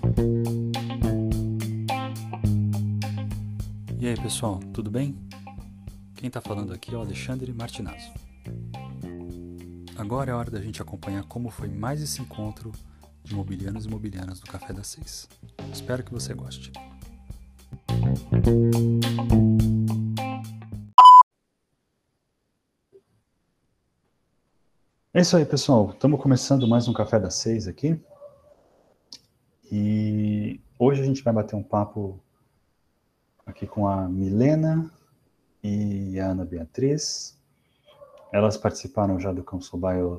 E aí pessoal, tudo bem? Quem está falando aqui é o Alexandre Martinazzo. Agora é hora da gente acompanhar como foi mais esse encontro de imobiliários e imobiliárias do Café das 6. Espero que você goste. É isso aí pessoal, estamos começando mais um Café das 6 aqui. E hoje a gente vai bater um papo aqui com a Milena e a Ana Beatriz. Elas participaram já do Council Bio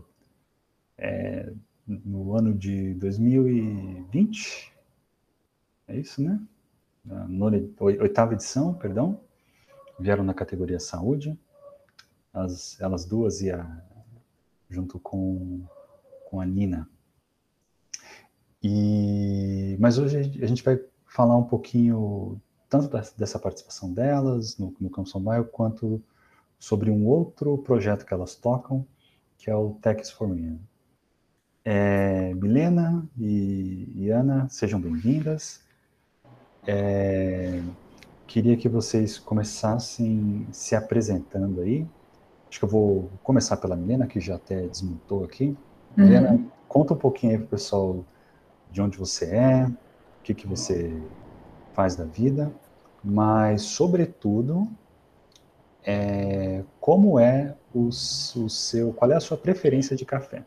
no ano de 2020. É isso, né? Na oitava edição, perdão. Vieram na categoria Saúde. Elas duas junto com a Nina. Mas hoje a gente vai falar um pouquinho tanto dessa participação delas no Council Bio, quanto sobre um outro projeto que elas tocam, que é o Techs for Me. Milena e Ana, sejam bem-vindas. Queria que vocês começassem se apresentando aí. Acho que eu vou começar pela Milena, que já até desmontou aqui. Milena, conta um pouquinho aí pro pessoal de onde você é, o que você faz da vida, mas, sobretudo, como é qual é a sua preferência de café?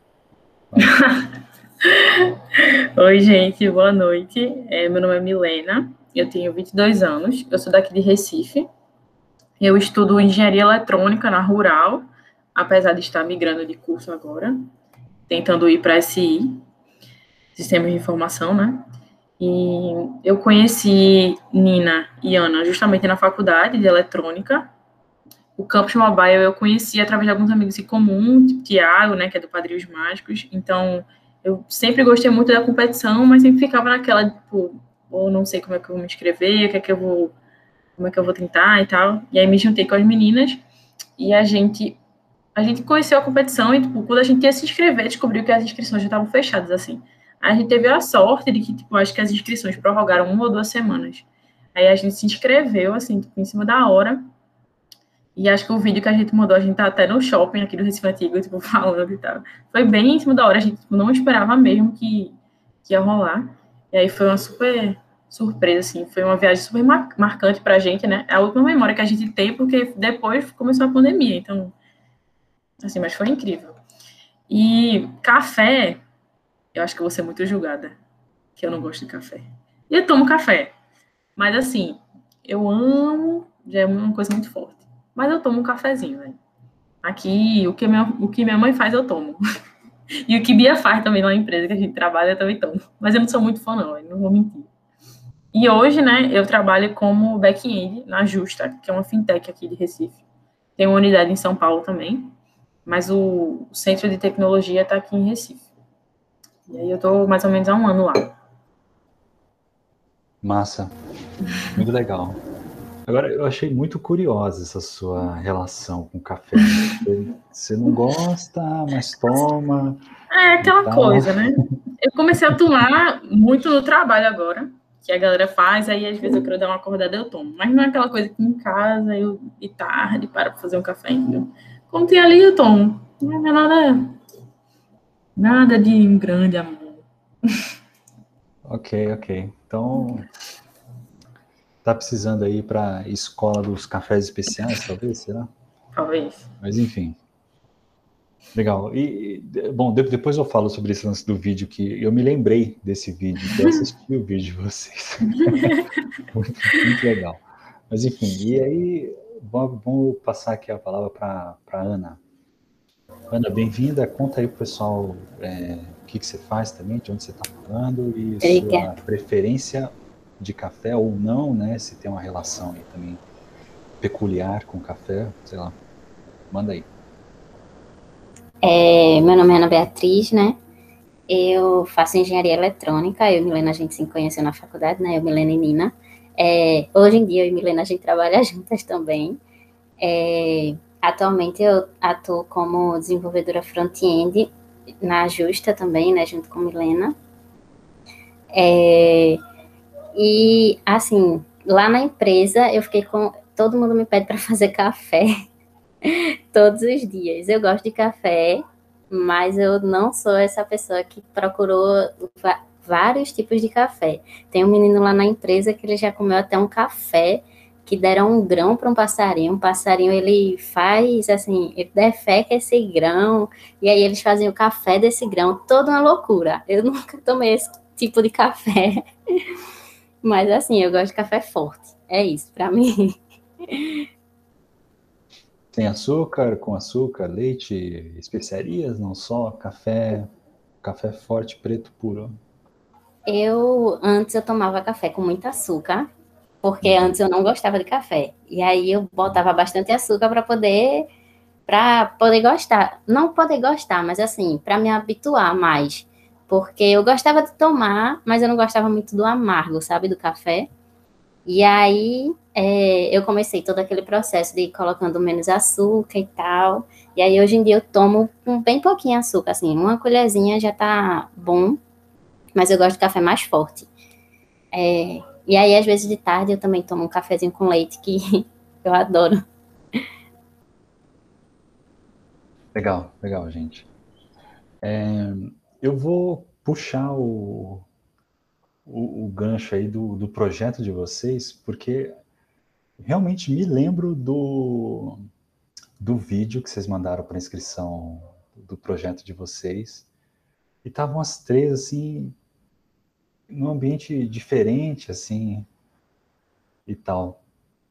Oi, gente, boa noite. Meu nome é Milena, eu tenho 22 anos, eu sou daqui de Recife. Eu estudo engenharia eletrônica na Rural, apesar de estar migrando de curso agora, tentando ir para SI, Sistemas de Informação, né? E eu conheci Nina e Ana justamente na faculdade de eletrônica. O Campus Mobile eu conheci através de alguns amigos em comum, tipo Tiago, né, que é do Padrinhos Mágicos. Então, eu sempre gostei muito da competição, mas sempre ficava naquela, tipo, ou não sei como é que eu vou me inscrever, como é que eu vou tentar e tal. E aí me juntei com as meninas e a gente conheceu a competição e, tipo, quando a gente ia se inscrever, descobriu que as inscrições já estavam fechadas, assim. A gente teve a sorte de que, tipo, acho que as inscrições prorrogaram 1 ou 2 semanas. Aí a gente se inscreveu, assim, tipo, em cima da hora. E acho que o vídeo que a gente mandou, a gente tá até no shopping aqui do Recife Antigo, tipo, falando e tal. Foi bem em cima da hora, a gente tipo, não esperava mesmo que ia rolar. E aí foi uma super surpresa, assim. Foi uma viagem super marcante pra gente, né? É a última memória que a gente tem, porque depois começou a pandemia. Então, assim, mas foi incrível. E café, eu acho que eu vou ser muito julgada, que eu não gosto de café. E eu tomo café, mas assim, eu amo, já é uma coisa muito forte. Mas eu tomo um cafezinho, né? Aqui, o que minha mãe faz, eu tomo. E o que Bia faz também na empresa que a gente trabalha, eu também tomo. Mas eu não sou muito fã, não vou mentir. E hoje, né, eu trabalho como back-end na Justa, que é uma fintech aqui de Recife. Tem uma unidade em São Paulo também, mas o centro de tecnologia está aqui em Recife. E aí eu estou mais ou menos há 1 ano lá. Massa, muito legal. Agora, eu achei muito curiosa essa sua relação com o café. Você não gosta, mas toma É e aquela tal. coisa, né? Eu comecei a tomar muito no trabalho agora, que a galera faz, aí às vezes eu quero dar uma acordada, eu tomo. Mas não é aquela coisa que em casa eu de tarde para fazer um café, entendeu? Como tem ali, eu tomo. Não é nada de um grande amor. Ok. Então, tá precisando aí para escola dos cafés especiais, talvez, será? Talvez. Mas enfim. Legal. Bom, depois eu falo sobre esse lance do vídeo, que eu me lembrei desse vídeo, que eu assisti o vídeo de vocês. Muito legal. Mas enfim, e aí, vamos passar aqui a palavra para Ana. Ana, bem-vinda. Conta aí pro pessoal o que você faz também, de onde você está falando e sua Obrigada. preferência de café ou não, né? Se tem uma relação aí também peculiar com café, sei lá. Manda aí. Meu nome é Ana Beatriz, né? Eu faço engenharia eletrônica. Eu e Milena, a gente se conheceu na faculdade, né? Eu, Milena e Nina. Hoje em dia, eu e Milena, a gente trabalha juntas também. Atualmente, eu atuo como desenvolvedora front-end na Justa também, né? Junto com Milena. E, assim, lá na empresa, eu fiquei com... Todo mundo me pede para fazer café todos os dias. Eu gosto de café, mas eu não sou essa pessoa que procurou vários tipos de café. Tem um menino lá na empresa que ele já comeu até um café que deram um grão para um passarinho. Um passarinho, ele faz, assim, ele defeca esse grão, e aí eles fazem o café desse grão. Toda uma loucura. Eu nunca tomei esse tipo de café. Mas, assim, eu gosto de café forte. É isso, para mim. Sem açúcar, com açúcar, leite, especiarias, não só café forte, preto puro. Antes eu tomava café com muito açúcar, porque antes eu não gostava de café. E aí eu botava bastante açúcar para poder gostar. Não poder gostar, mas assim, para me habituar mais. Porque eu gostava de tomar, mas eu não gostava muito do amargo, sabe, do café. E aí eu comecei todo aquele processo de ir colocando menos açúcar e tal. E aí hoje em dia eu tomo com bem pouquinho açúcar, assim, uma colherzinha já tá bom, mas eu gosto de café mais forte. E aí, às vezes, de tarde, eu também tomo um cafezinho com leite, que eu adoro. Legal, legal, gente. Eu vou puxar o gancho aí do projeto de vocês, porque realmente me lembro do vídeo que vocês mandaram para inscrição do projeto de vocês. E estavam as três, assim, num ambiente diferente, assim, e tal.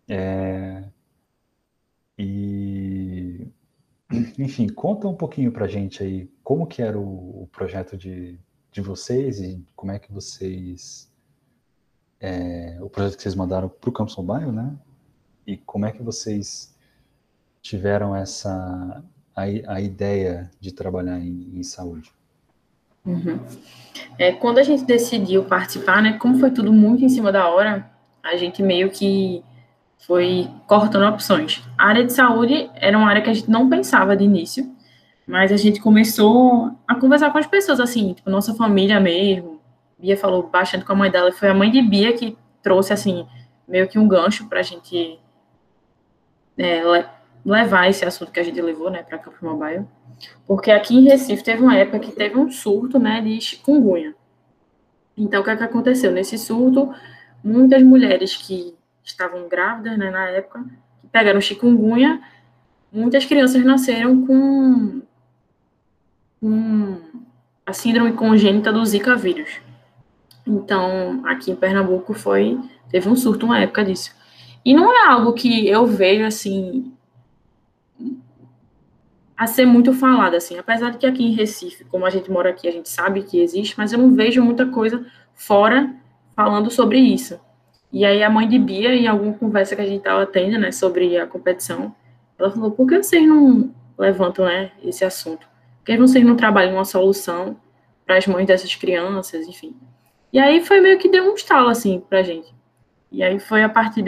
E, enfim, conta um pouquinho pra gente aí como que era o projeto de vocês e como é que vocês... o projeto que vocês mandaram para o Campus Mobile, né? E como é que vocês tiveram a ideia de trabalhar em saúde? Uhum. Quando a gente decidiu participar, né, como foi tudo muito em cima da hora, a gente meio que foi cortando opções. A área de saúde era uma área que a gente não pensava de início, mas a gente começou a conversar com as pessoas, assim, tipo, nossa família mesmo. Bia falou bastante com a mãe dela, e foi a mãe de Bia que trouxe, assim, meio que um gancho para a gente levar esse assunto que a gente levou, né, para Campus Mobile. Porque aqui em Recife teve uma época que teve um surto, né, de chikungunya. Então, o que é que aconteceu? Nesse surto, muitas mulheres que estavam grávidas, né, na época, que pegaram chikungunya, muitas crianças nasceram com a síndrome congênita do Zika vírus. Então, aqui em Pernambuco teve um surto, uma época disso. E não é algo que eu vejo, assim, a ser muito falado, assim, apesar de que aqui em Recife, como a gente mora aqui, a gente sabe que existe, mas eu não vejo muita coisa fora falando sobre isso. E aí a mãe de Bia, em alguma conversa que a gente estava tendo, né, sobre a competição, ela falou, por que vocês não levantam, né, esse assunto? Por que vocês não trabalham uma solução para as mães dessas crianças, enfim. E aí foi meio que deu um estalo, assim, pra gente. E aí foi a partir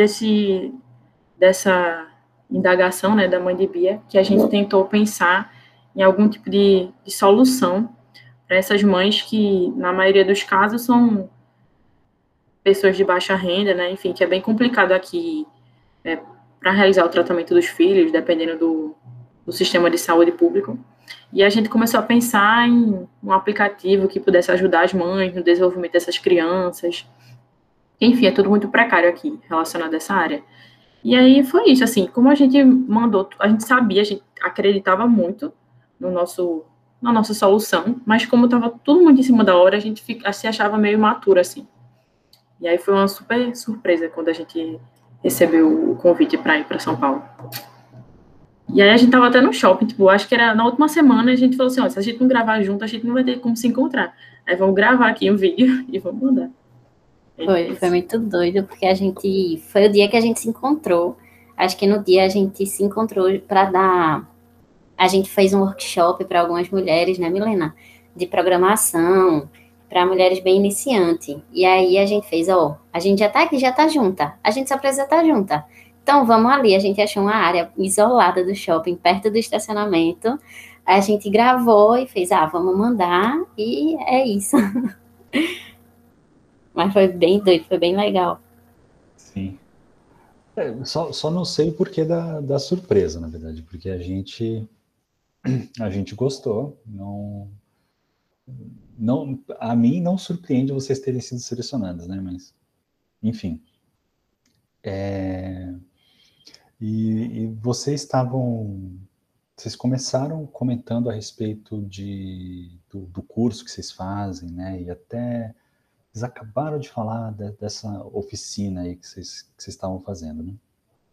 dessa indagação, né, da mãe de Bia, que a gente tentou pensar em algum tipo de solução para essas mães que, na maioria dos casos, são pessoas de baixa renda, né, enfim, que é bem complicado aqui para realizar o tratamento dos filhos, dependendo do sistema de saúde público. E a gente começou a pensar em um aplicativo que pudesse ajudar as mães no desenvolvimento dessas crianças. Enfim, é tudo muito precário aqui, relacionado a essa área. E aí foi isso, assim, como a gente mandou, a gente sabia, a gente acreditava muito na nossa solução, mas como estava tudo muito em cima da hora, a gente se achava meio imaturo, assim. E aí foi uma super surpresa quando a gente recebeu o convite para ir para São Paulo. E aí a gente tava até no shopping, tipo, acho que era na última semana, a gente falou assim, ó, se a gente não gravar junto, a gente não vai ter como se encontrar. Aí vamos gravar aqui um vídeo e vamos mandar. Foi muito doido, porque foi o dia que a gente se encontrou. Acho que no dia a gente se encontrou a gente fez um workshop para algumas mulheres, né, Milena? De programação, para mulheres bem iniciantes. E aí a gente fez, a gente já tá aqui, já tá junta. A gente só precisa estar junta. Então, vamos ali. A gente achou uma área isolada do shopping, perto do estacionamento. A gente gravou e fez, vamos mandar. E é isso. Mas foi bem doido, foi bem legal. Sim. Só não sei o porquê da surpresa, na verdade, porque a gente gostou. Não, a mim não surpreende vocês terem sido selecionados, né? Mas, enfim. E vocês começaram comentando a respeito do curso que vocês fazem, né? E até vocês acabaram de falar dessa oficina aí que vocês estavam fazendo, né?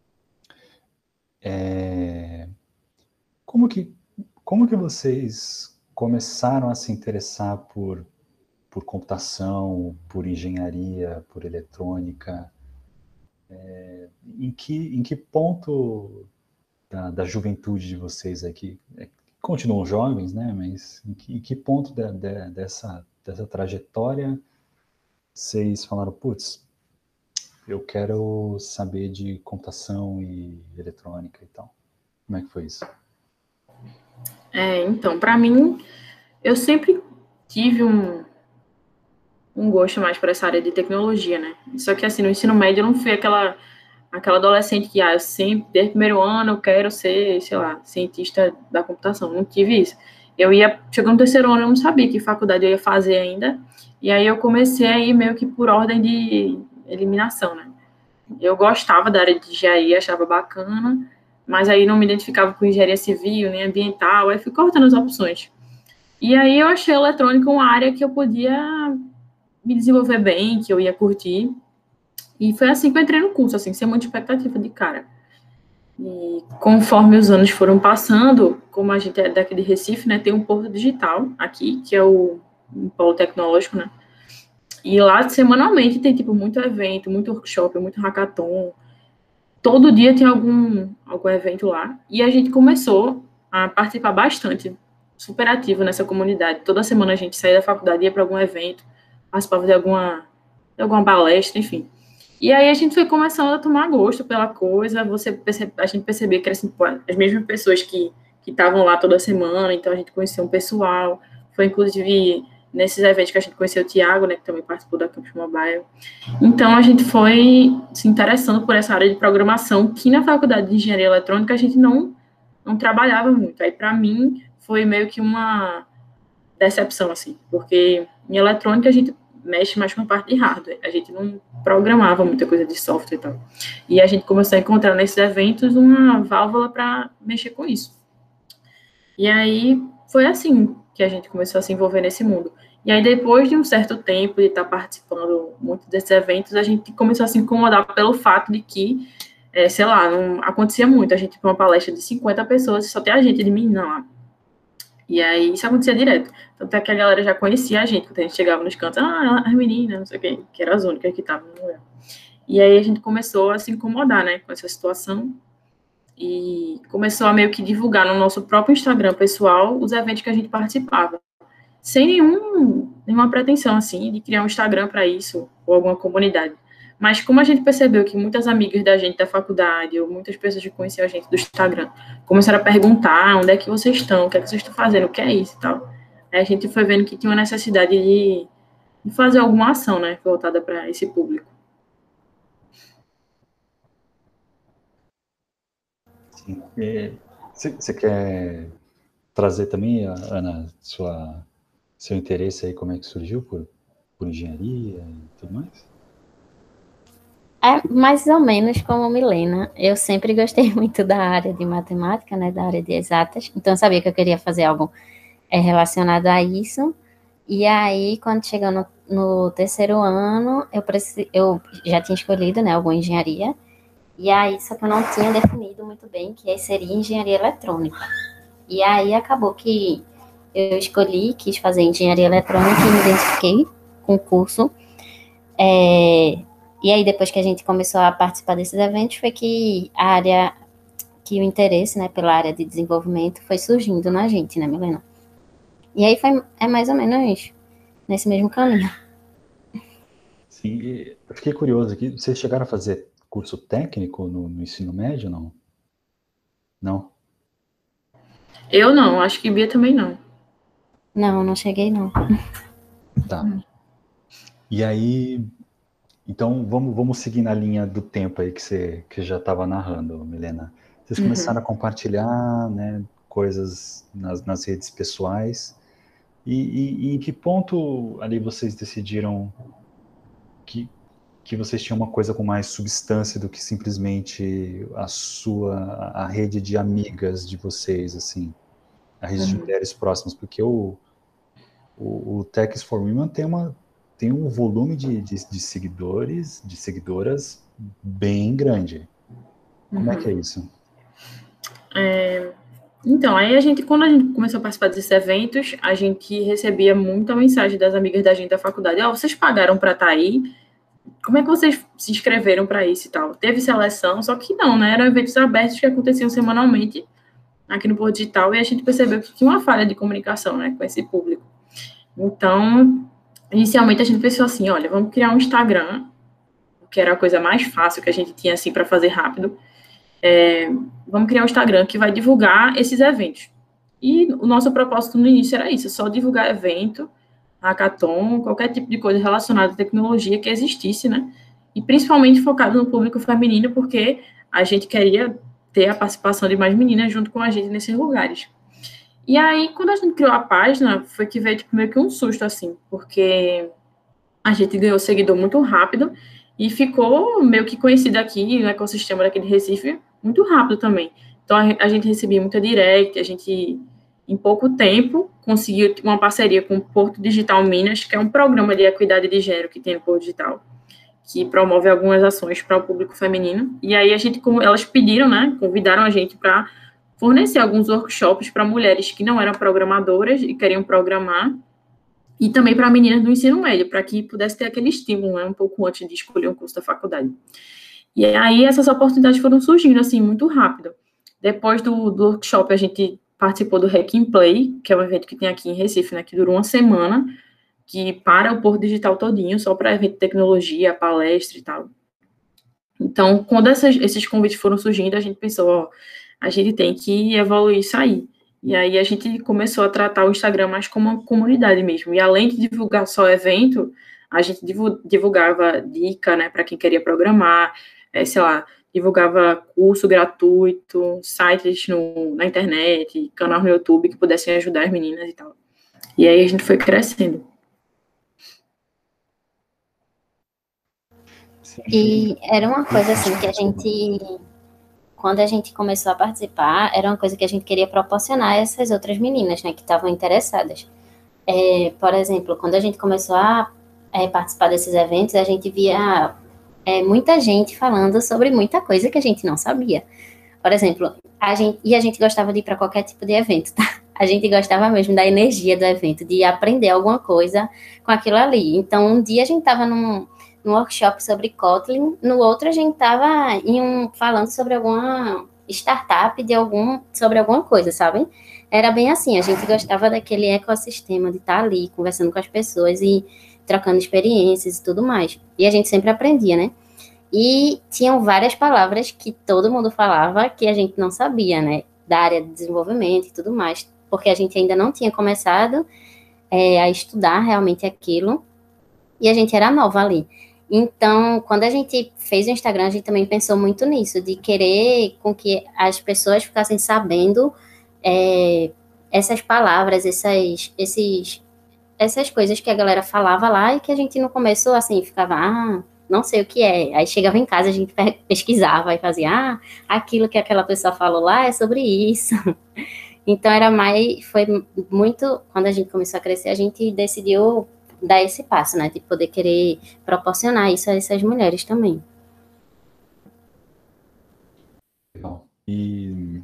Como que vocês começaram a se interessar por computação, por engenharia, por eletrônica? Em que ponto da juventude de vocês aqui, continuam jovens, né? Mas em que ponto dessa trajetória vocês falaram, putz, eu quero saber de computação e eletrônica e tal? Como é que foi isso? Então, para mim, eu sempre tive um gosto mais por essa área de tecnologia, né? Só que, assim, no ensino médio eu não fui aquela adolescente que, eu sempre, desde o primeiro ano, eu quero ser, sei lá, cientista da computação. Não tive isso. Chegando no terceiro ano, eu não sabia que faculdade eu ia fazer ainda, e aí eu comecei a ir meio que por ordem de eliminação, né? Eu gostava da área de engenharia, achava bacana, mas aí não me identificava com engenharia civil, nem ambiental, aí fui cortando as opções. E aí eu achei a eletrônica uma área que eu podia me desenvolver bem, que eu ia curtir, e foi assim que eu entrei no curso, assim, sem muita expectativa de cara. E conforme os anos foram passando, como a gente é daqui de Recife, né, tem um Porto Digital aqui, que é um polo tecnológico, né, e lá semanalmente tem, tipo, muito evento, muito workshop, muito hackathon, todo dia tem algum evento lá, e a gente começou a participar bastante, super ativo nessa comunidade. Toda semana a gente saía da faculdade, ia para algum evento, participava de alguma palestra, enfim. E aí a gente foi começando a tomar gosto pela coisa, a gente percebia que eram assim, as mesmas pessoas que estavam lá toda semana, então a gente conhecia um pessoal, foi inclusive nesses eventos que a gente conheceu o Thiago, né, que também participou da Campus Mobile. Então a gente foi se interessando por essa área de programação, que na faculdade de engenharia eletrônica a gente não trabalhava muito. Aí para mim foi meio que uma decepção, assim, porque em eletrônica a gente mexe mais com a parte de hardware, a gente não programava muita coisa de software e tal. E a gente começou a encontrar nesses eventos uma válvula para mexer com isso. E aí foi assim que a gente começou a se envolver nesse mundo. E aí, depois de um certo tempo de estar participando muito desses eventos, a gente começou a se incomodar pelo fato de que, sei lá, não acontecia muito. A gente tinha uma palestra de 50 pessoas e só tem a gente de menina lá. E aí isso acontecia direto. Tanto é que a galera já conhecia a gente, quando a gente chegava nos cantos, as meninas, não sei o quê, que eram as únicas que estavam no lugar. E aí a gente começou a se incomodar, né, com essa situação e começou a meio que divulgar no nosso próprio Instagram pessoal os eventos que a gente participava, sem nenhuma pretensão, assim, de criar um Instagram para isso, ou alguma comunidade. Mas como a gente percebeu que muitas amigas da gente da faculdade, ou muitas pessoas que conheciam a gente do Instagram, começaram a perguntar onde é que vocês estão, o que é que vocês estão fazendo, o que é isso e tal. Aí a gente foi vendo que tinha uma necessidade de fazer alguma ação, né, voltada para esse público. Sim. Você quer trazer também, Ana, seu interesse aí, como é que surgiu por engenharia e tudo mais? É mais ou menos como Milena. Eu sempre gostei muito da área de matemática, né, da área de exatas. Então, eu sabia que eu queria fazer algo relacionado a isso. E aí, quando chegou no terceiro ano, eu já tinha escolhido, né, alguma engenharia. E aí, só que eu não tinha definido muito bem que aí seria engenharia eletrônica. E aí, acabou que eu escolhi, quis fazer engenharia eletrônica e me identifiquei com o curso. E aí, depois que a gente começou a participar desses eventos, foi que que o interesse, né, pela área de desenvolvimento foi surgindo na gente, né, Milena? E aí é mais ou menos nesse mesmo caminho. Sim, eu fiquei curioso aqui, vocês chegaram a fazer curso técnico no ensino médio, não? Não? Eu não, acho que Bia também não. Não, não cheguei, não. Tá. E aí, Então, vamos seguir na linha do tempo aí que já estava narrando, Milena. Vocês começaram a compartilhar, né, coisas nas redes pessoais. E em que ponto ali vocês decidiram que vocês tinham uma coisa com mais substância do que simplesmente a rede de amigas de vocês, assim, a rede de mulheres próximas? Porque o Tech is for Women tem um volume de seguidores, de seguidoras bem grande. Como é que é isso? Então, aí quando a gente começou a participar desses eventos, a gente recebia muita mensagem das amigas da gente da faculdade: ó, vocês pagaram para estar aí? Como é que vocês se inscreveram para isso e tal? Teve seleção, só que não, né? Eram eventos abertos que aconteciam semanalmente aqui no Porto Digital, e a gente percebeu que tinha uma falha de comunicação, né, com esse público. Então, inicialmente a gente pensou assim: olha, vamos criar um Instagram, que era a coisa mais fácil que a gente tinha, assim, para fazer rápido. Vamos criar um Instagram que vai divulgar esses eventos. E o nosso propósito no início era isso: só divulgar evento, hackathon, qualquer tipo de coisa relacionada à tecnologia que existisse, né? E principalmente focado no público feminino, porque a gente queria ter a participação de mais meninas junto com a gente nesses lugares. E aí, quando a gente criou a página, foi que veio tipo, meio que um susto, assim, porque a gente ganhou seguidor muito rápido e ficou meio que conhecido aqui no ecossistema daqui de Recife muito rápido também. Então, a gente recebia muita direct, a gente, em pouco tempo, conseguiu uma parceria com o Porto Digital Minas, que é um programa de equidade de gênero que tem no Porto Digital, que promove algumas ações para o público feminino. E aí, como elas pediram, né, convidaram a gente para fornecer alguns workshops para mulheres que não eram programadoras e queriam programar, e também para meninas do ensino médio, para que pudesse ter aquele estímulo, né, um pouco antes de escolher um curso da faculdade. E aí essas oportunidades foram surgindo, assim, muito rápido. Depois do workshop, a gente participou do Hack and Play, que é um evento que tem aqui em Recife, né, que dura uma semana, que para o Porto Digital todinho, só para evento de tecnologia, palestra e tal. Então, quando esses convites foram surgindo, a gente pensou, ó, a gente tem que evoluir isso aí. E aí a gente começou a tratar o Instagram mais como uma comunidade mesmo. E além de divulgar só evento, a gente divulgava dica, né, para quem queria programar, sei lá, divulgava curso gratuito, sites na internet, canal no YouTube que pudessem ajudar as meninas e tal. E aí a gente foi crescendo. E era uma coisa assim que a gente, quando a gente começou a participar, era uma coisa que a gente queria proporcionar a essas outras meninas, né, que estavam interessadas. Por exemplo, quando a gente começou a participar desses eventos, a gente via muita gente falando sobre muita coisa que a gente não sabia. Por exemplo, a gente gostava de ir para qualquer tipo de evento, tá? A gente gostava mesmo da energia do evento, de aprender alguma coisa com aquilo ali. Então, um dia a gente estava num workshop sobre Kotlin, no outro a gente estava falando sobre alguma startup sobre alguma coisa, sabe? Era bem assim, a gente gostava daquele ecossistema de estar ali, conversando com as pessoas e trocando experiências e tudo mais. E a gente sempre aprendia, né? E tinham várias palavras que todo mundo falava que a gente não sabia, né? Da área de desenvolvimento e tudo mais, porque a gente ainda não tinha começado a estudar realmente aquilo e a gente era nova ali. Então, quando a gente fez o Instagram, a gente também pensou muito nisso, de querer com que as pessoas ficassem sabendo essas palavras, essas coisas que a galera falava lá e que a gente no começo, assim, ficava, não sei o que é. Aí chegava em casa, a gente pesquisava e fazia, aquilo que aquela pessoa falou lá é sobre isso. Então, foi muito, quando a gente começou a crescer, a gente decidiu dar esse passo, né, de poder querer proporcionar isso a essas mulheres também. Legal. E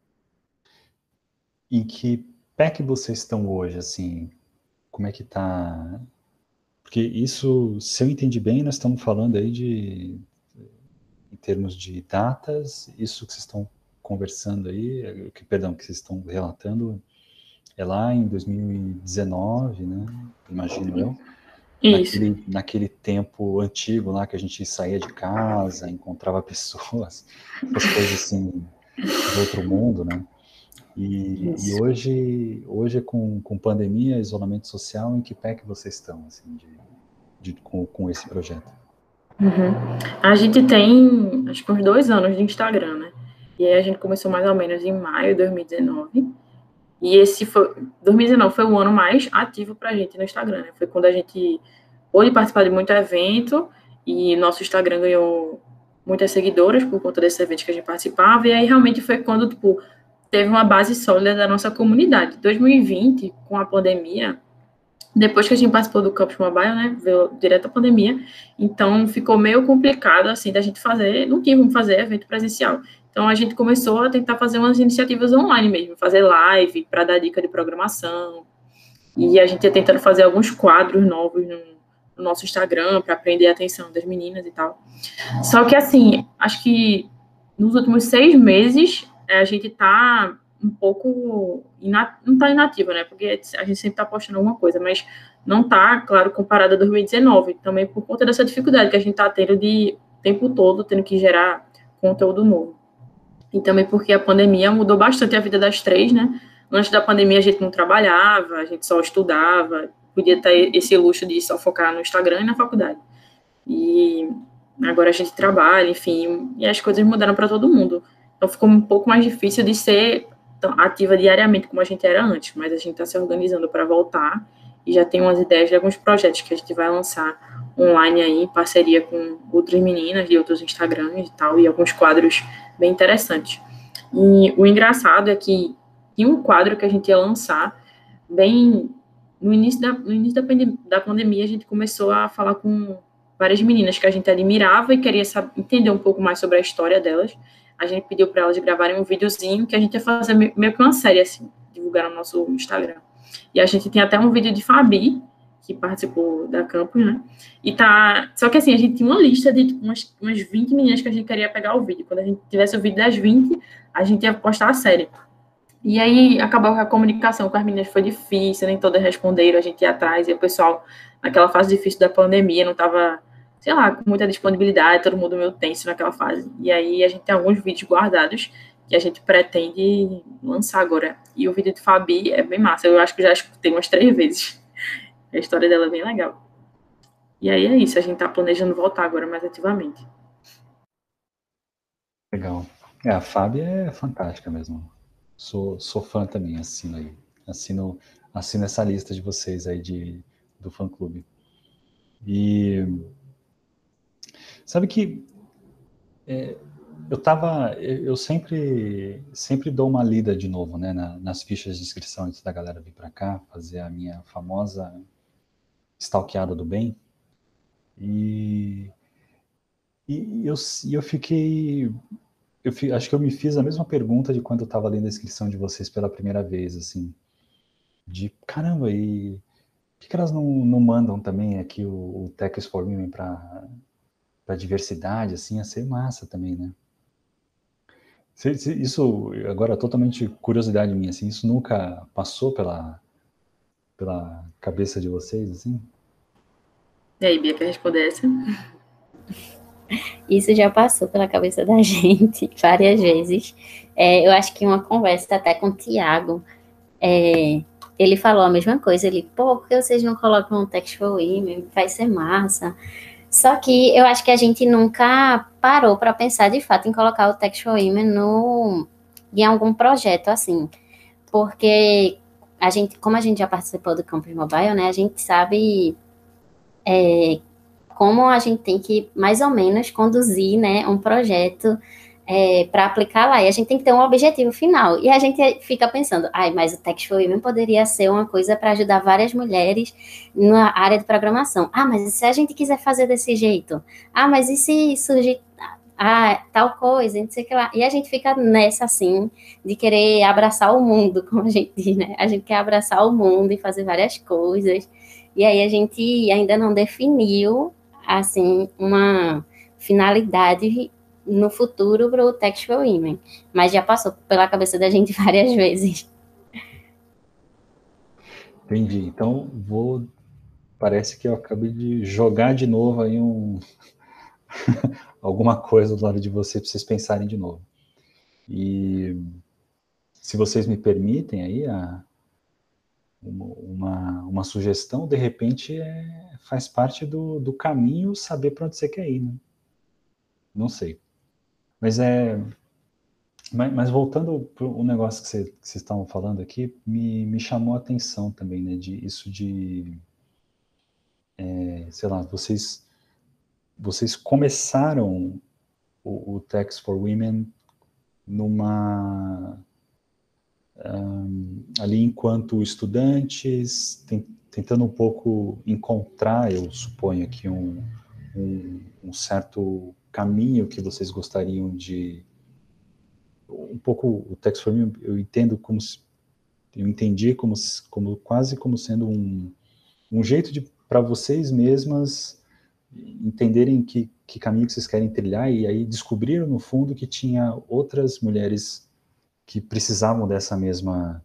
em que pé que vocês estão hoje, assim? Como é que tá? Porque isso, se eu entendi bem, nós estamos falando aí em termos de datas, isso que vocês estão conversando aí, que vocês estão relatando, é lá em 2019, né? Imagino eu. Isso. Naquele tempo antigo lá que a gente saía de casa, encontrava pessoas, as coisas assim de outro mundo, né? E hoje com pandemia, isolamento social, em que pé que vocês estão, assim, com esse projeto? Uhum. A gente tem, acho que uns 2 anos de Instagram, né? E aí a gente começou mais ou menos em maio de 2019. E esse foi, 2019 foi o ano mais ativo pra gente no Instagram, né? Foi quando a gente pôde participar de muito evento e nosso Instagram ganhou muitas seguidoras por conta desses eventos que a gente participava. E aí realmente foi quando, tipo, teve uma base sólida da nossa comunidade. 2020, com a pandemia, depois que a gente participou do Campus Mobile, né, veio direto a pandemia, então ficou meio complicado, assim, da gente fazer, não tinha como fazer evento presencial. Então a gente começou a tentar fazer umas iniciativas online mesmo, fazer live para dar dica de programação, e a gente ia tentando fazer alguns quadros novos no nosso Instagram para prender a atenção das meninas e tal. Só que, assim, acho que nos últimos 6 meses a gente tá um pouco. Não tá inativa, né? Porque a gente sempre tá postando alguma coisa, mas não tá, claro, comparado a 2019. Também por conta dessa dificuldade que a gente tá tendo de o tempo todo tendo que gerar conteúdo novo. E também porque a pandemia mudou bastante a vida das três, né? Antes da pandemia a gente não trabalhava, a gente só estudava, podia ter esse luxo de só focar no Instagram e na faculdade. E agora a gente trabalha, enfim, e as coisas mudaram para todo mundo. Então ficou um pouco mais difícil de ser ativa diariamente como a gente era antes, mas a gente está se organizando para voltar e já tem umas ideias de alguns projetos que a gente vai lançar online aí, em parceria com outras meninas de outros Instagrams e tal, e alguns quadros bem interessantes. E o engraçado é que tinha um quadro que a gente ia lançar bem no início da pandemia, a gente começou a falar com várias meninas que a gente admirava e queria entender um pouco mais sobre a história delas. A gente pediu para elas gravarem um videozinho que a gente ia fazer meio que uma série, assim, divulgar no nosso Instagram. E a gente tem até um vídeo de Fabi, que participou da campus, né? E tá. Só que assim, a gente tinha uma lista de tipo, umas 20 meninas que a gente queria pegar o vídeo. Quando a gente tivesse o vídeo das 20, a gente ia postar a série. E aí acabou que a comunicação com as meninas foi difícil, nem todas responderam, a gente ia atrás, e o pessoal, naquela fase difícil da pandemia, não estava, sei lá, com muita disponibilidade, todo mundo meio tenso naquela fase. E aí a gente tem alguns vídeos guardados que a gente pretende lançar agora. E o vídeo de Fabi é bem massa, eu acho que já escutei umas 3 vezes. A história dela é bem legal. E aí é isso, a gente tá planejando voltar agora mais ativamente. Legal. A Fábia é fantástica mesmo. Sou fã também, assino aí. Assino essa lista de vocês aí do fã-clube. E sabe que eu sempre dou uma lida de novo, né, nas fichas de inscrição antes da galera vir para cá, fazer a minha famosa stalkeada do bem. E eu fiquei acho que eu me fiz a mesma pergunta de quando eu estava lendo a inscrição de vocês pela primeira vez, assim, de caramba, e por que elas não mandam também aqui o Techs for Women para diversidade, assim, ia ser massa também, né? Isso, agora, totalmente curiosidade minha, assim, isso nunca passou pela cabeça de vocês, assim? E aí, Bia, quer responder essa? Isso já passou pela cabeça da gente várias vezes. Eu acho que uma conversa até com o Tiago, ele falou a mesma coisa. Ele, pô, por que vocês não colocam um Text for Women? Vai ser massa. Só que eu acho que a gente nunca parou para pensar de fato em colocar o Text for Women em algum projeto assim. Porque como a gente já participou do Campus Mobile, né, a gente sabe como a gente tem que, mais ou menos, conduzir, né, um projeto para aplicar lá. E a gente tem que ter um objetivo final. E a gente fica pensando, mas o Text for Women poderia ser uma coisa para ajudar várias mulheres na área de programação. Mas se a gente quiser fazer desse jeito? Mas e se surgir tal coisa, não sei o que lá. E a gente fica nessa, assim, de querer abraçar o mundo, como a gente diz, né? A gente quer abraçar o mundo e fazer várias coisas. E aí a gente ainda não definiu, assim, uma finalidade no futuro para o Text for Women. Mas já passou pela cabeça da gente várias vezes. Entendi. Então, parece que eu acabei de jogar de novo aí alguma coisa do lado de você para vocês pensarem de novo. E se vocês me permitem aí uma sugestão, de repente, faz parte do caminho saber para onde você quer ir, né? Não sei. Mas voltando para o negócio que vocês estavam falando aqui, me chamou a atenção também, né? Sei lá, vocês começaram o Tax for Women ali enquanto estudantes, tentando um pouco encontrar, eu suponho aqui, um certo caminho que vocês gostariam de... Um pouco o Tax for Women, eu entendi quase como sendo um jeito para vocês mesmas entenderem que caminho que vocês querem trilhar, e aí descobriram no fundo que tinha outras mulheres que precisavam dessa mesma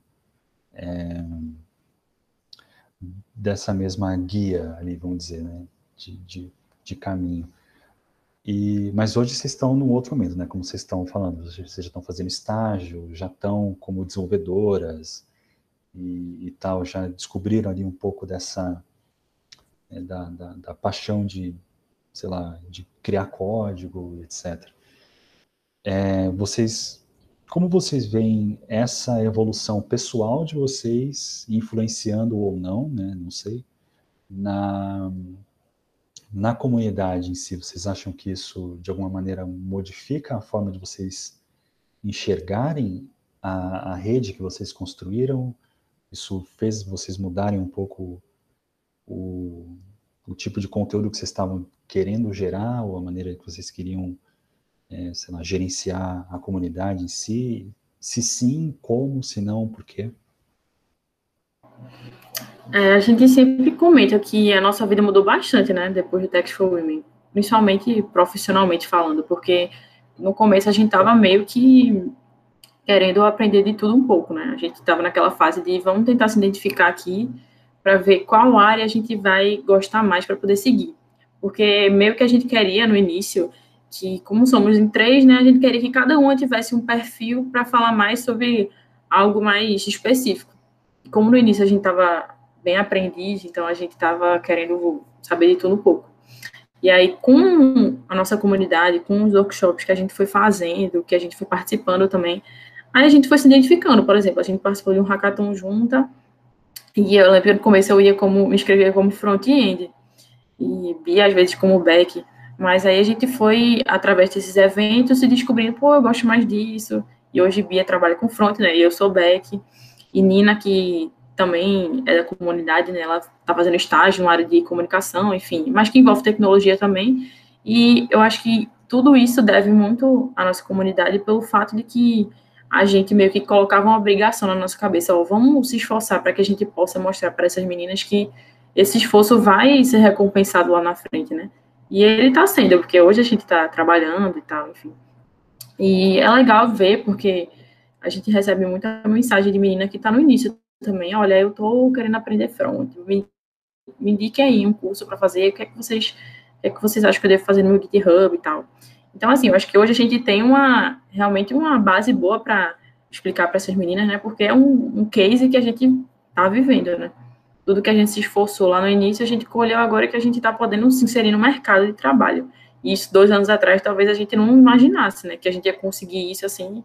guia ali, vamos dizer, né, de caminho. Mas hoje vocês estão num outro momento, né, como vocês estão falando, vocês já estão fazendo estágio, já estão como desenvolvedoras e tal, já descobriram ali um pouco dessa da paixão de, sei lá, de criar código, etc. Como vocês veem essa evolução pessoal de vocês, influenciando ou não, né, não sei, na comunidade em si? Vocês acham que isso, de alguma maneira, modifica a forma de vocês enxergarem a rede que vocês construíram? Isso fez vocês mudarem um pouco o tipo de conteúdo que vocês estavam querendo gerar, ou a maneira que vocês queriam, sei lá, gerenciar a comunidade em si? Se sim, como? Se não, por quê? A gente sempre comenta que a nossa vida mudou bastante, né, depois do Tax for Women, principalmente profissionalmente falando, porque no começo a gente estava meio que querendo aprender de tudo um pouco, né? A gente estava naquela fase de vamos tentar se identificar aqui para ver qual área a gente vai gostar mais para poder seguir. Porque meio que a gente queria no início que, como somos em 3, né, a gente queria que cada uma tivesse um perfil para falar mais sobre algo mais específico. Como no início a gente estava bem aprendiz, então a gente estava querendo saber de tudo um pouco. E aí, com a nossa comunidade, com os workshops que a gente foi fazendo, que a gente foi participando também, aí a gente foi se identificando. Por exemplo, a gente participou de um hackathon junta, e eu lembro que no começo eu me inscrevia como front-end, e Bia às vezes como back, mas aí a gente foi, através desses eventos, se descobrindo, pô, eu gosto mais disso, e hoje Bia trabalha com front, né, e eu sou back, e Nina, que também é da comunidade, né, ela está fazendo estágio na área de comunicação, enfim, mas que envolve tecnologia também, e eu acho que tudo isso deve muito à nossa comunidade pelo fato de que a gente meio que colocava uma obrigação na nossa cabeça, ó, vamos se esforçar para que a gente possa mostrar para essas meninas que esse esforço vai ser recompensado lá na frente, né? E ele está sendo, porque hoje a gente está trabalhando e tal, enfim. E é legal ver, porque a gente recebe muita mensagem de menina que está no início também, olha, eu estou querendo aprender front, me indique aí um curso para fazer, o que é que vocês acham que eu devo fazer no meu GitHub e tal. Então, assim, eu acho que hoje a gente tem realmente uma base boa para explicar para essas meninas, né, porque é um case que a gente está vivendo, né. Tudo que a gente se esforçou lá no início, a gente colheu agora que a gente está podendo se inserir no mercado de trabalho. E isso 2 anos atrás, talvez a gente não imaginasse, né, que a gente ia conseguir isso, assim,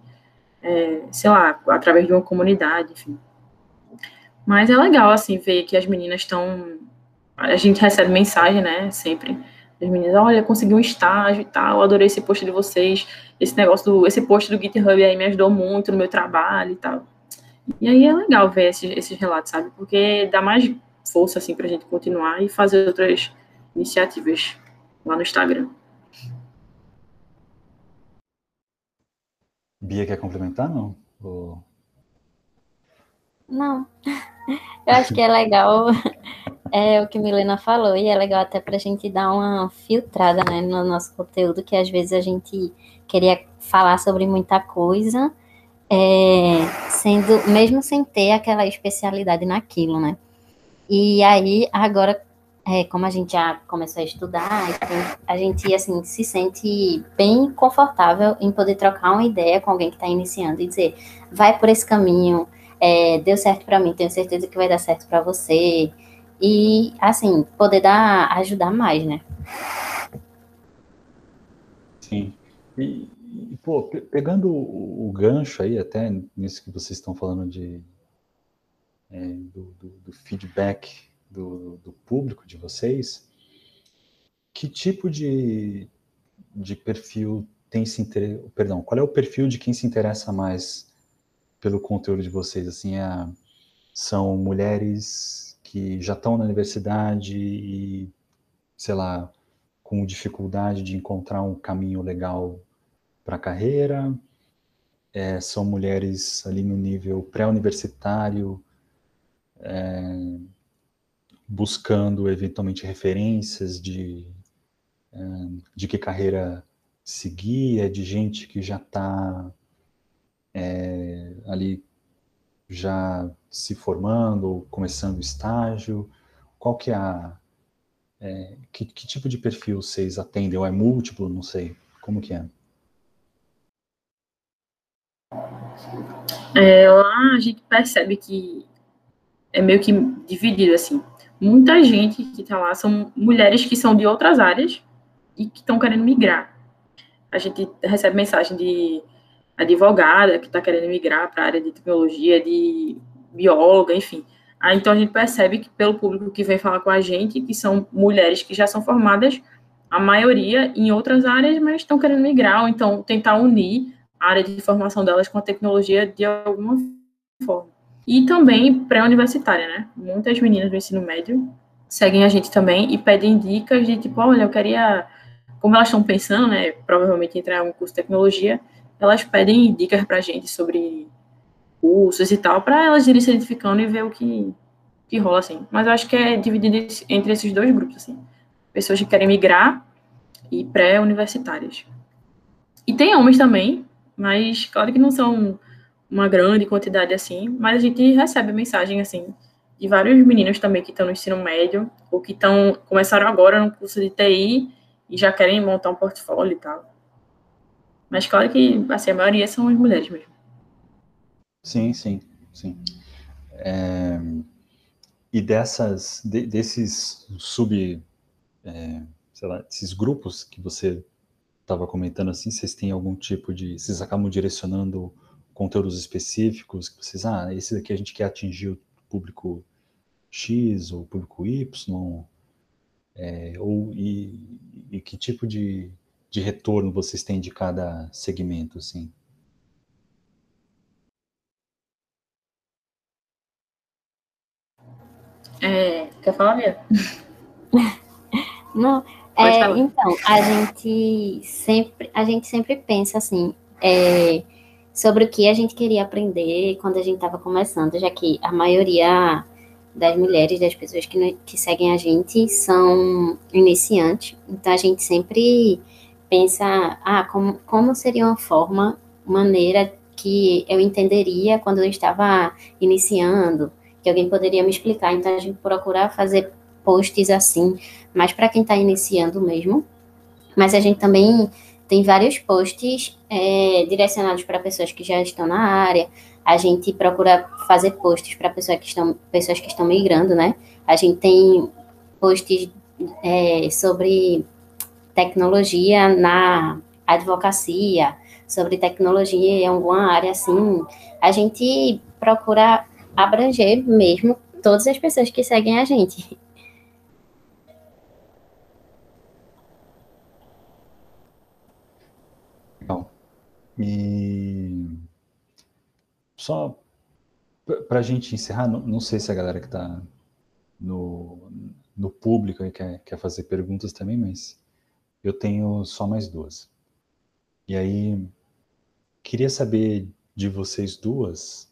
sei lá, através de uma comunidade, enfim. Mas é legal, assim, ver que as meninas estão... A gente recebe mensagem, né, sempre, as meninas, olha, consegui um estágio e tal, adorei esse post de vocês, esse post do GitHub aí me ajudou muito no meu trabalho e tal. E aí é legal ver esses relatos, sabe? Porque dá mais força, assim, pra gente continuar e fazer outras iniciativas lá no Instagram. Bia, quer complementar, não? Não. Eu acho que é legal o que a Milena falou, e é legal até pra gente dar uma filtrada, né, no nosso conteúdo, que às vezes a gente queria falar sobre muita coisa, mesmo sem ter aquela especialidade naquilo, né? E aí, agora, como a gente já começou a estudar, a gente, assim, se sente bem confortável em poder trocar uma ideia com alguém que está iniciando e dizer, vai por esse caminho, deu certo para mim, tenho certeza que vai dar certo para você. E, assim, poder ajudar mais, né? Sim. Pô, pegando o gancho aí, até nisso que vocês estão falando do feedback do público de vocês, que tipo de perfil tem se inter... Perdão, qual é o perfil de quem se interessa mais pelo conteúdo de vocês? Assim, são mulheres que já estão na universidade e, sei lá, com dificuldade de encontrar um caminho legal para a carreira? São mulheres ali no nível pré-universitário, buscando eventualmente referências de que carreira seguir? É de gente que já está ali já se formando ou começando o estágio? Qual que é que tipo de perfil vocês atendem? Ou é múltiplo? Não sei. Como que é? Lá a gente percebe que é meio que dividido, assim. Muita gente que está lá são mulheres que são de outras áreas e que estão querendo migrar. A gente recebe mensagem de advogada que está querendo migrar para a área de tecnologia, de bióloga, enfim. Então a gente percebe que pelo público que vem falar com a gente, que são mulheres que já são formadas, a maioria em outras áreas, mas estão querendo migrar, ou então tentar unir a área de formação delas com a tecnologia de alguma forma. E também pré-universitária, né? Muitas meninas do ensino médio seguem a gente também e pedem dicas de tipo, olha, eu queria, como elas estão pensando, né, provavelmente entrar em um curso de tecnologia, elas pedem dicas pra gente sobre cursos e tal, para elas irem se identificando e ver o que rola, assim. Mas eu acho que é dividido entre esses dois grupos, assim. Pessoas que querem migrar e pré-universitárias. E tem homens também, mas claro que não são uma grande quantidade assim, mas a gente recebe mensagem assim de vários meninos também que estão no ensino médio ou que começaram agora no curso de TI e já querem montar um portfólio e tal. Mas claro que assim, a maioria são as mulheres mesmo. Sim, sim, sim. E desses sei lá, esses grupos que você estava comentando assim, vocês têm algum tipo de, vocês acabam direcionando conteúdos específicos que vocês, esse daqui a gente quer atingir o público X ou o público Y, e que tipo de retorno vocês têm de cada segmento, assim? Quer falar mesmo? Não, Pode falar. então, a gente sempre pensa assim, sobre o que a gente queria aprender quando a gente estava começando, já que a maioria das mulheres, das pessoas que seguem a gente, são iniciantes. Então, a gente sempre pensa, como seria uma maneira que eu entenderia quando eu estava iniciando, que alguém poderia me explicar. Então, a gente procura fazer posts assim, mas para quem está iniciando mesmo. Mas a gente também tem vários posts direcionados para pessoas que já estão na área. A gente procura fazer posts para pessoas que estão migrando, né? A gente tem posts sobre tecnologia na advocacia, sobre tecnologia em alguma área assim. A gente procura abranger mesmo todas as pessoas que seguem a gente. Legal. E só para a gente encerrar, não sei se a galera que está no, no público aí quer fazer perguntas também, mas eu tenho só mais duas. E aí, queria saber de vocês duas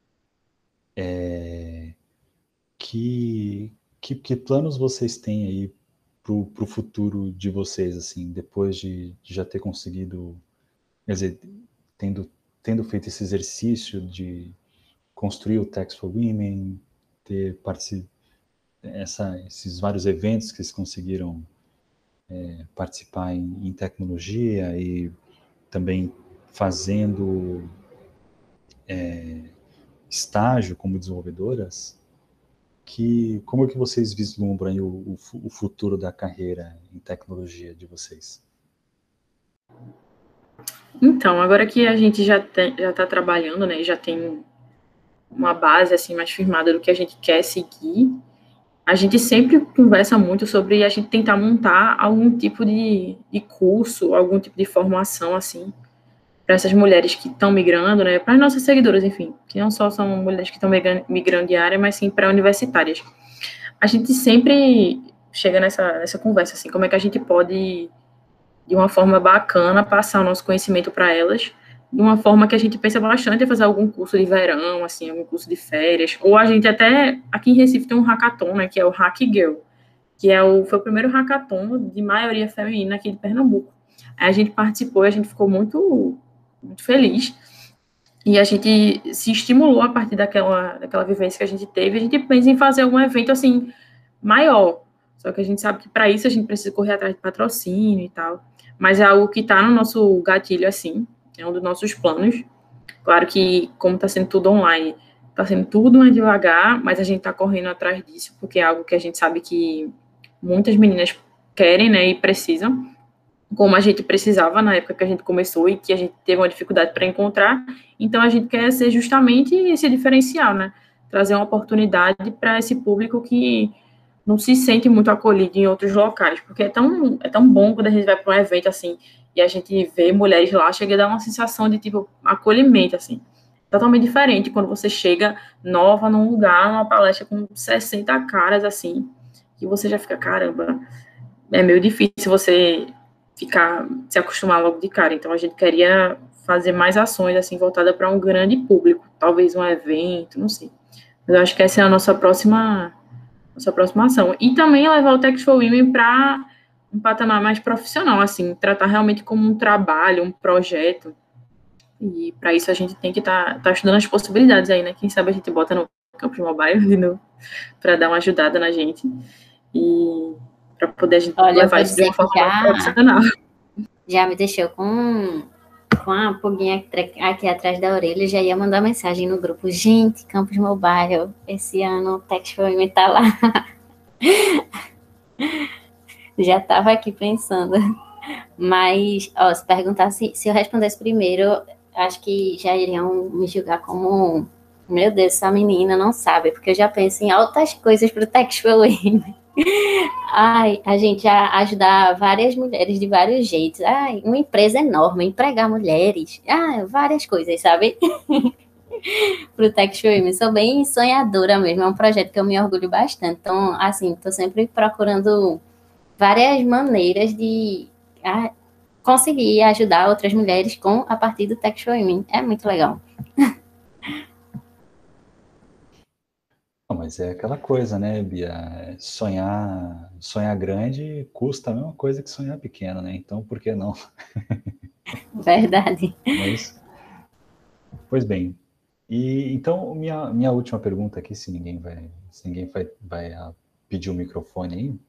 que planos vocês têm aí para o futuro de vocês, assim, depois de já ter conseguido, quer dizer, tendo feito esse exercício de construir o Tax for Women, ter participado esses vários eventos que vocês conseguiram participar em tecnologia e também fazendo estágio como desenvolvedoras, como é que vocês vislumbram aí o futuro da carreira em tecnologia de vocês? Então, agora que a gente já está trabalhando, né, já tem uma base assim mais firmada do que a gente quer seguir, a gente sempre conversa muito sobre a gente tentar montar algum tipo de curso, algum tipo de formação, assim, para essas mulheres que estão migrando, né, para as nossas seguidoras, enfim, que não só são mulheres que estão migrando de área, mas sim para universitárias. A gente sempre chega nessa conversa, assim, como é que a gente pode, de uma forma bacana, passar o nosso conhecimento para elas, de uma forma que a gente pensa bastante em fazer algum curso de verão, assim, algum curso de férias, ou a gente até, aqui em Recife tem um hackathon, né, que é o Hack Girl, que foi o primeiro hackathon de maioria feminina aqui de Pernambuco. Aí a gente participou e a gente ficou muito, muito feliz, e a gente se estimulou a partir daquela vivência que a gente teve, a gente pensa em fazer algum evento, assim, maior, só que a gente sabe que para isso a gente precisa correr atrás de patrocínio e tal, mas é algo que está no nosso gatilho, assim, é um dos nossos planos. Claro que, como está sendo tudo online, está sendo tudo mais devagar, mas a gente está correndo atrás disso, porque é algo que a gente sabe que muitas meninas querem, né, e precisam, como a gente precisava na época que a gente começou e que a gente teve uma dificuldade para encontrar. Então, a gente quer ser justamente esse diferencial, né? Trazer uma oportunidade para esse público que não se sente muito acolhido em outros locais, porque é tão bom quando a gente vai para um evento assim e a gente vê mulheres lá, chega a dar uma sensação de tipo acolhimento assim. Totalmente diferente quando você chega nova num lugar, numa palestra com 60 caras assim, que você já fica, caramba, é meio difícil você se acostumar logo de cara. Então a gente queria fazer mais ações assim voltada para um grande público, talvez um evento, não sei. Mas eu acho que essa é a nossa próxima ação. E também levar o Tech for Women para um patamar mais profissional, assim, tratar realmente como um trabalho, um projeto. E para isso a gente tem que tá estudando as possibilidades aí, né? Quem sabe a gente bota no Campus Mobile de novo para dar uma ajudada na gente e para poder a gente levar isso de uma forma mais profissional. Já me deixou com a pulguinha aqui atrás da orelha, já ia mandar mensagem no grupo. Gente, Campus Mobile, esse ano o Tech for Women tá lá. Já estava aqui pensando. Mas, ó, se perguntasse, se eu respondesse primeiro, acho que já iriam me julgar como, meu Deus, essa menina não sabe, porque eu já penso em altas coisas para o Tech for Women. Ai, a gente já ajudar várias mulheres de vários jeitos. Ai, uma empresa enorme, empregar mulheres. Várias coisas, sabe? Pro Tech for Women. Sou bem sonhadora mesmo. É um projeto que eu me orgulho bastante. Então, assim, tô sempre procurando várias maneiras de conseguir ajudar outras mulheres a partir do Tech for Women. É muito legal. Mas é aquela coisa, né, Bia? Sonhar grande custa a mesma coisa que sonhar pequeno, né? Então, por que não? Verdade. Mas, pois bem. E então, minha última pergunta aqui, se ninguém vai pedir o microfone aí,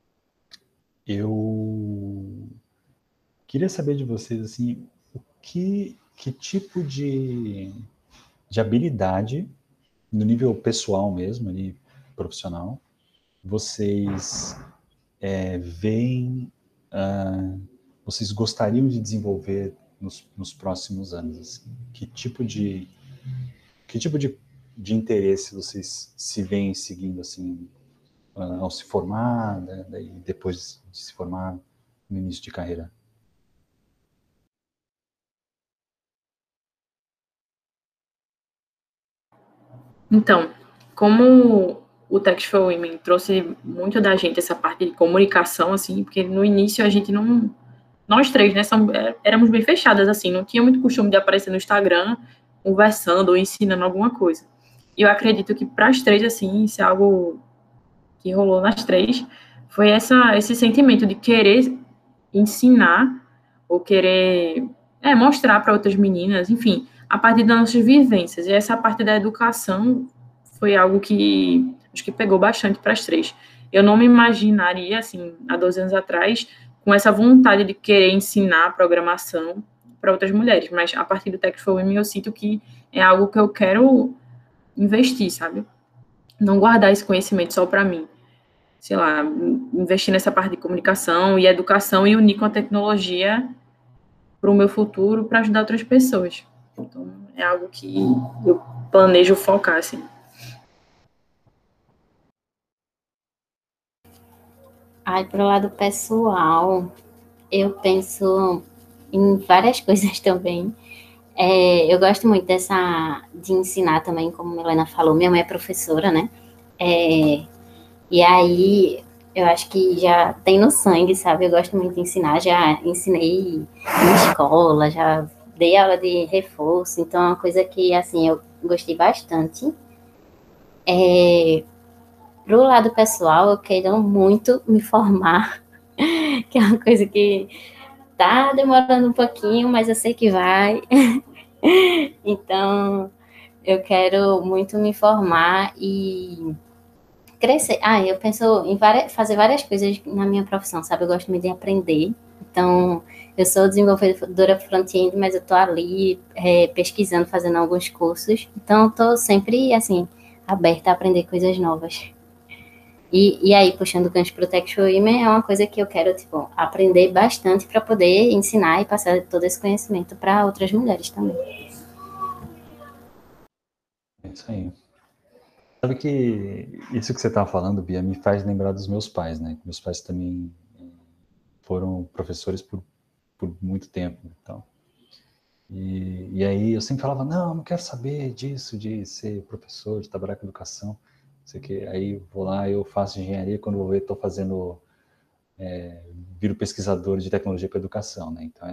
eu queria saber de vocês, assim, que tipo de habilidade, no nível pessoal mesmo, ali, profissional, vocês veem, vocês gostariam de desenvolver nos próximos anos? Assim? Que tipo de interesse vocês se veem seguindo, assim, ao se formar, né, daí depois de se formar, no início de carreira? Então, como o Tech for Women trouxe muito da gente essa parte de comunicação, assim, porque no início a gente não... Nós três, né, éramos bem fechadas, assim, não tinha muito costume de aparecer no Instagram conversando ou ensinando alguma coisa. E eu acredito que para as três, assim, isso é algo que rolou nas três, foi esse sentimento de querer ensinar ou querer mostrar para outras meninas, enfim, a partir das nossas vivências. E essa parte da educação foi algo que acho que pegou bastante para as três. Eu não me imaginaria, assim, há 12 anos atrás, com essa vontade de querer ensinar programação para outras mulheres, mas a partir do Tech for Women eu sinto que é algo que eu quero investir, sabe? Não guardar esse conhecimento só para mim. Sei lá, investir nessa parte de comunicação e educação e unir com a tecnologia para o meu futuro, para ajudar outras pessoas. Então, é algo que eu planejo focar, assim. Ai, pro lado pessoal, eu penso em várias coisas também. Eu gosto muito de ensinar também, como a Helena falou, minha mãe é professora, né? E aí, eu acho que já tem no sangue, sabe? Eu gosto muito de ensinar, já ensinei em escola, já dei aula de reforço, então é uma coisa que, assim, eu gostei bastante. Pro lado pessoal, eu quero muito me formar, que é uma coisa que tá demorando um pouquinho, mas eu sei que vai. Então, eu quero muito me formar e crescer. Eu penso em fazer várias coisas na minha profissão, sabe? Eu gosto muito de aprender. Então, eu sou desenvolvedora front-end, mas eu tô ali pesquisando, fazendo alguns cursos. Então, eu tô sempre, assim, aberta a aprender coisas novas. E aí, puxando o gancho pro Tech Women, é uma coisa que eu quero, tipo, aprender bastante para poder ensinar e passar todo esse conhecimento para outras mulheres também. É isso aí. Sabe que isso que você estava falando, Bia, me faz lembrar dos meus pais, né? Meus pais também foram professores por muito tempo, então. E aí eu sempre falava, não quero saber disso, de ser professor, de trabalhar com educação, não sei o quê. Aí vou lá, eu faço engenharia, quando vou ver, estou fazendo, viro pesquisador de tecnologia para educação, né? Então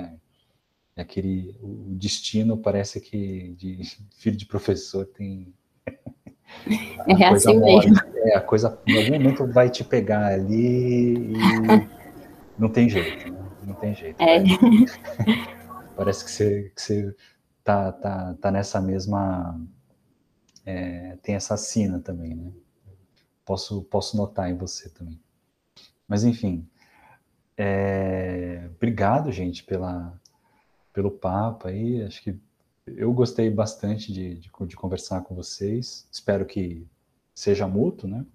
o destino parece que de filho de professor tem a coisa Assim mole, mesmo. a coisa em algum momento vai te pegar ali e não tem jeito, né? Não tem jeito. Parece que você tá nessa mesma, tem essa sina também, né? Posso notar em você também. Mas enfim, obrigado, gente, pelo papo aí. Acho que eu gostei bastante de conversar com vocês. Espero que seja mútuo, né?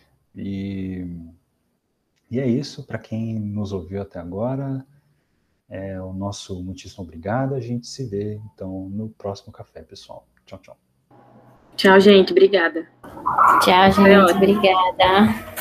E é isso. Para quem nos ouviu até agora, o nosso muitíssimo obrigado. A gente se vê, então, no próximo café, pessoal. Tchau, tchau. Tchau, gente. Obrigada. Tchau, gente. Obrigada.